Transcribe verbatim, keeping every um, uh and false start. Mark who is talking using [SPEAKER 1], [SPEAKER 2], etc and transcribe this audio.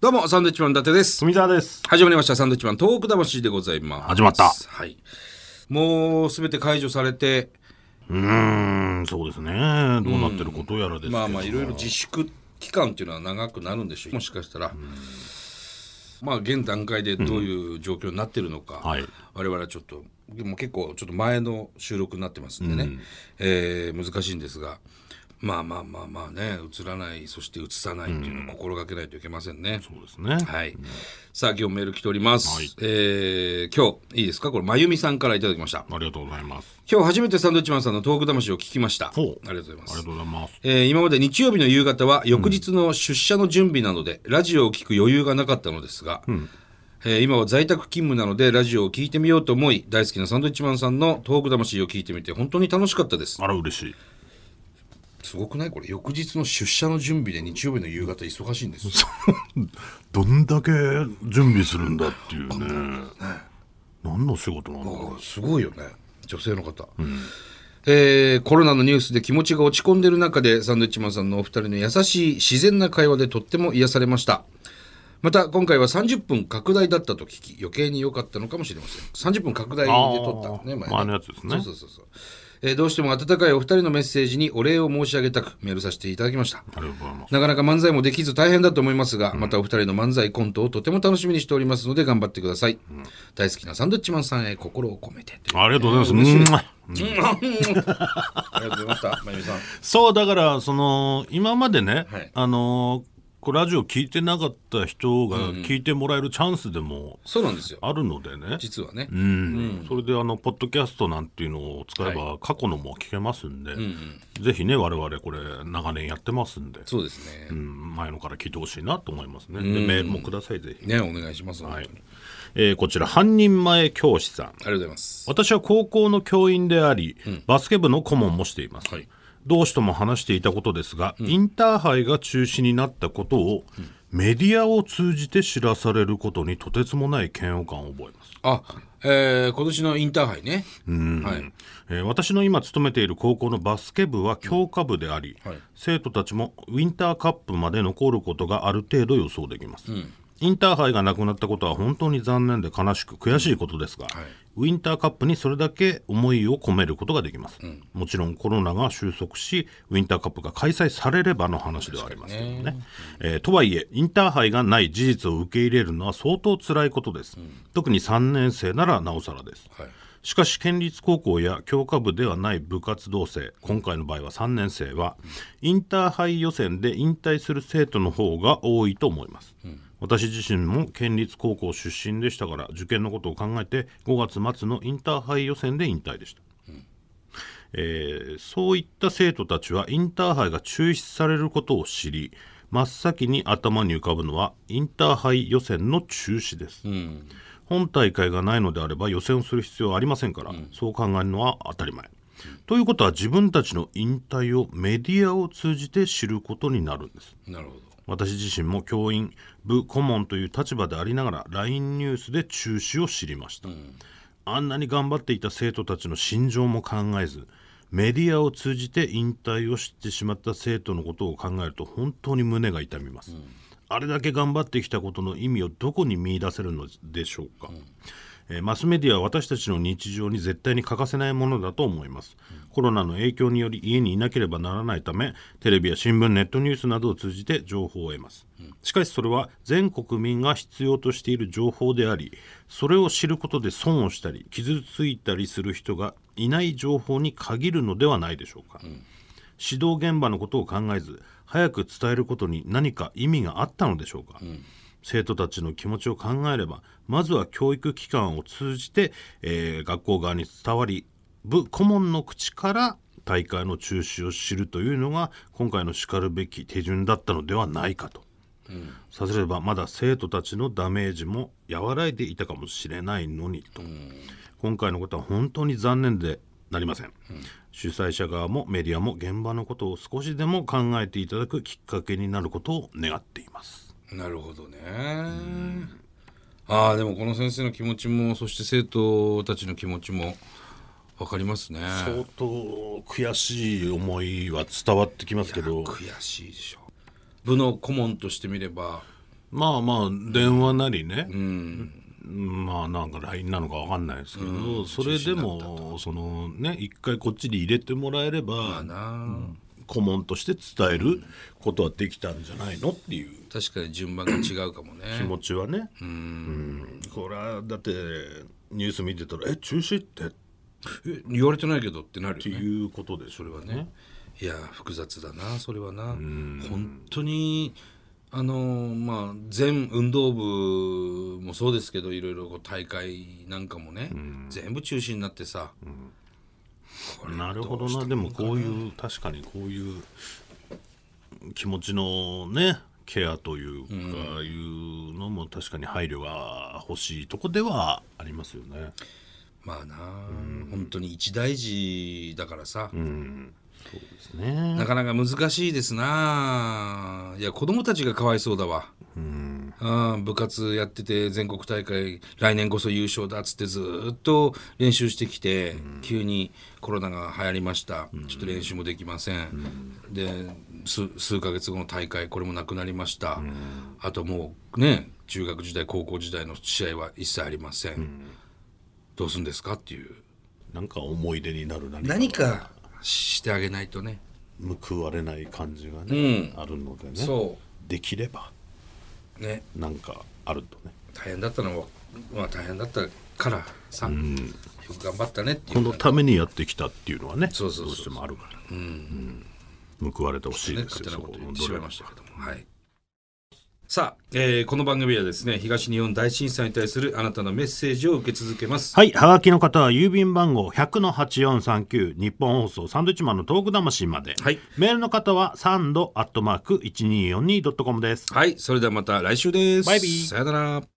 [SPEAKER 1] どうもサンドウィッチマン伊達です。
[SPEAKER 2] 富澤です。
[SPEAKER 1] 始まりましたサンドウィッチマントーク魂でございます。
[SPEAKER 2] 始まった。
[SPEAKER 1] はい。もうすべて解除されて、
[SPEAKER 2] うーんそうですね。どうなってることやらですけど、
[SPEAKER 1] まあまあいろいろ自粛期間っていうのは長くなるんでしょう。もしかしたら、まあ現段階でどういう状況になってるのか、
[SPEAKER 2] はい、
[SPEAKER 1] 我々はちょっともう結構ちょっと前の収録になってますんでね、うんえー、難しいんですが。まあまあまあまあね、映らない、そして映さないっていうのを心がけないといけませんね。
[SPEAKER 2] うん、そうですね。
[SPEAKER 1] はい。うん、さあ今日メール来ております。はい、えー、今日いいですか、これまゆみさんからいただきました。
[SPEAKER 2] ありがとうございます。
[SPEAKER 1] 今日初めてサンドウィッチマンさんのトーク魂を聞きました。
[SPEAKER 2] ほう、
[SPEAKER 1] ありがとうございます。
[SPEAKER 2] ありがとうございます。
[SPEAKER 1] えー、今まで日曜日の夕方は翌日の出社の準備なので、うん、ラジオを聞く余裕がなかったのですが、うんえー、今は在宅勤務なのでラジオを聞いてみようと思い、大好きなサンドウィッチマンさんのトーク魂を聞いてみて本当に楽しかったです。
[SPEAKER 2] あら嬉しい。
[SPEAKER 1] すごくないこれ。翌日の出社の準備で日曜日の夕方忙しいんです。
[SPEAKER 2] どんだけ準備するんだっていうね。ね何の仕事なのか
[SPEAKER 1] すごいよね、女性の方。うんえー、コロナのニュースで気持ちが落ち込んでいる中でサンドウィッチマンさんのお二人の優しい自然な会話でとっても癒されました。また今回はさんじゅっぷん拡大だったと聞き余計に良かったのかもしれません。さんじゅっぷん拡大で撮ったね、前ね。
[SPEAKER 2] 前のやつですね。
[SPEAKER 1] そうそうそうそう。えー、どうしても温かいお二人のメッセージにお礼を申し上げたくメールさせていただきました。
[SPEAKER 2] ありがとうございます。
[SPEAKER 1] なかなか漫才もできず大変だと思いますが、うん、またお二人の漫才コントをとても楽しみにしておりますので頑張ってください。うん、大好きなサンドウィッチマンさんへ心を込めて。
[SPEAKER 2] ありがとうございます。うん、
[SPEAKER 1] ありがとうございました。まゆみさん。
[SPEAKER 2] そうだからその今までね、はい、あのーこれラジオ聞いてなかった人が聞いてもらえるチャンスでもあるのでね、うんうん、
[SPEAKER 1] 実はね、
[SPEAKER 2] うんうん、それであのポッドキャストなんていうのを使えば過去のも聞けますんで、はいうんうん、ぜひね我々これ長年やってますんで、
[SPEAKER 1] そうですね、
[SPEAKER 2] うん、前のから聞いてほしいなと思いますね。でメールもくださいぜひ
[SPEAKER 1] ね、お願いします。
[SPEAKER 2] はいえー、こちら半人前教師さん、あり
[SPEAKER 1] がとうございます。
[SPEAKER 2] 私は高校の教員であり、うん、バスケ部の顧問もしています、はい、どうしても話していたことですが、うん、インターハイが中止になったことを、うんメディアを通じて知らされることにとてつもない嫌悪感を覚えます。
[SPEAKER 1] あ、えー、今年のインターハイね。
[SPEAKER 2] うん、はいえー、私の今勤めている高校のバスケ部は強化部であり、うんはい、生徒たちもウィンターカップまで残ることがある程度予想できます、うん、インターハイがなくなったことは本当に残念で悲しく悔しいことですが、うんはいウィンターカップにそれだけ思いを込めることができます、うん、もちろんコロナが収束しウィンターカップが開催されればの話ではありますけどね、ねえー、とはいえインターハイがない事実を受け入れるのは相当辛いことです、うん、特にさんねん生ならなおさらです、はい、しかし県立高校や強化部ではない部活動生、今回の場合はさんねん生は、うん、インターハイ予選で引退する生徒の方が多いと思います、うん私自身も県立高校出身でしたから受験のことを考えてごがつ末のインターハイ予選で引退でした、うんえー、そういった生徒たちはインターハイが中止されることを知り真っ先に頭に浮かぶのはインターハイ予選の中止です、うん、本大会がないのであれば予選をする必要はありませんから、うん、そう考えるのは当たり前、うん、ということは自分たちの引退をメディアを通じて知ることになるんです。
[SPEAKER 1] なるほど。
[SPEAKER 2] 私自身も教員部顧問という立場でありながら ライン ニュースで中止を知りました、うん、あんなに頑張っていた生徒たちの心情も考えずメディアを通じて引退を知ってしまった生徒のことを考えると本当に胸が痛みます、うん、あれだけ頑張ってきたことの意味をどこに見出せるのでしょうか、うんえー、マスメディアは私たちの日常に絶対に欠かせないものだと思います、うん、コロナの影響により家にいなければならないためテレビや新聞ネットニュースなどを通じて情報を得ます、うん、しかしそれは全国民が必要としている情報でありそれを知ることで損をしたり傷ついたりする人がいない情報に限るのではないでしょうか、うん、指導現場のことを考えず早く伝えることに何か意味があったのでしょうか、うん生徒たちの気持ちを考えればまずは教育機関を通じて、えー、学校側に伝わり部顧問の口から大会の中止を知るというのが今回のしかるべき手順だったのではないかと、うん、させればまだ生徒たちのダメージも和らいでいたかもしれないのにと、うん、今回のことは本当に残念でなりません、うん、主催者側もメディアも現場のことを少しでも考えていただくきっかけになることを願っています。
[SPEAKER 1] なるほどね。ああでもこの先生の気持ちもそして生徒たちの気持ちも分かりますね。
[SPEAKER 2] 相当悔しい思いは伝わってきますけど
[SPEAKER 1] 悔しいでしょ。部の顧問としてみれば
[SPEAKER 2] まあまあ電話なりね、
[SPEAKER 1] うん
[SPEAKER 2] まあなんか ライン なのか分かんないですけど、それでもそのね一回こっちに入れてもらえれば、
[SPEAKER 1] まあな、
[SPEAKER 2] 顧問として伝えることはできたんじゃないのっていう
[SPEAKER 1] 確かに順番が違うかもね
[SPEAKER 2] 気持ちはね、うん、これはだってニュース見てたらえ中止ってっ
[SPEAKER 1] え言われてないけどってなる
[SPEAKER 2] て
[SPEAKER 1] よね。
[SPEAKER 2] いうことでそれはね。
[SPEAKER 1] いや複雑だなそれはな。本当にあのまあ全運動部もそうですけどいろいろこう大会なんかもね、全部中止になってさ、これ
[SPEAKER 2] なるほどな。
[SPEAKER 1] うしたもんか
[SPEAKER 2] でもこういう確かにこういう気持ちのねケアというか、いうのも確かに配慮が欲しいとこではありますよね。
[SPEAKER 1] まあな、本当に一大事だからさ、
[SPEAKER 2] うんそうですね。
[SPEAKER 1] なかなか難しいですな。いや子供たちがかわいそうだわ。
[SPEAKER 2] うん
[SPEAKER 1] ああ部活やってて全国大会来年こそ優勝だっつってずっと練習してきて、急にコロナが流行りました、ちょっと練習もできません、で数数ヶ月後の大会これもなくなりました、あともうね中学時代高校時代の試合は一切ありません、どうするんですかっていう
[SPEAKER 2] なんか思い出になる何か
[SPEAKER 1] 何かしてあげないとね。
[SPEAKER 2] 報われない感じがね、
[SPEAKER 1] うん
[SPEAKER 2] あるのでね、
[SPEAKER 1] そ
[SPEAKER 2] できれば
[SPEAKER 1] うね
[SPEAKER 2] なんかあるとね、
[SPEAKER 1] 大変だったのはまあ大変だったからさ、よく頑張ったねっていう
[SPEAKER 2] このためにやってきたっていうのはね
[SPEAKER 1] そうそうそう
[SPEAKER 2] どうしてもあるから、うん報われてほしい
[SPEAKER 1] ね、
[SPEAKER 2] ですよ。
[SPEAKER 1] 勝手なこと言って
[SPEAKER 2] そこの
[SPEAKER 1] しまいましたけども、はい。さあ、えーこの番組はですね東日本大震災に対するあなたのメッセージを受け続けます。
[SPEAKER 2] はい、はがきの方は郵便番号 ひゃくのはちよんさんきゅう 日本放送サンドイッチマンのトーク魂まで、
[SPEAKER 1] はい、
[SPEAKER 2] メールの方はサンドアットマーク いちにーよんにードットコム です。
[SPEAKER 1] はい、それではまた来週です。
[SPEAKER 2] バイビー
[SPEAKER 1] さよなら。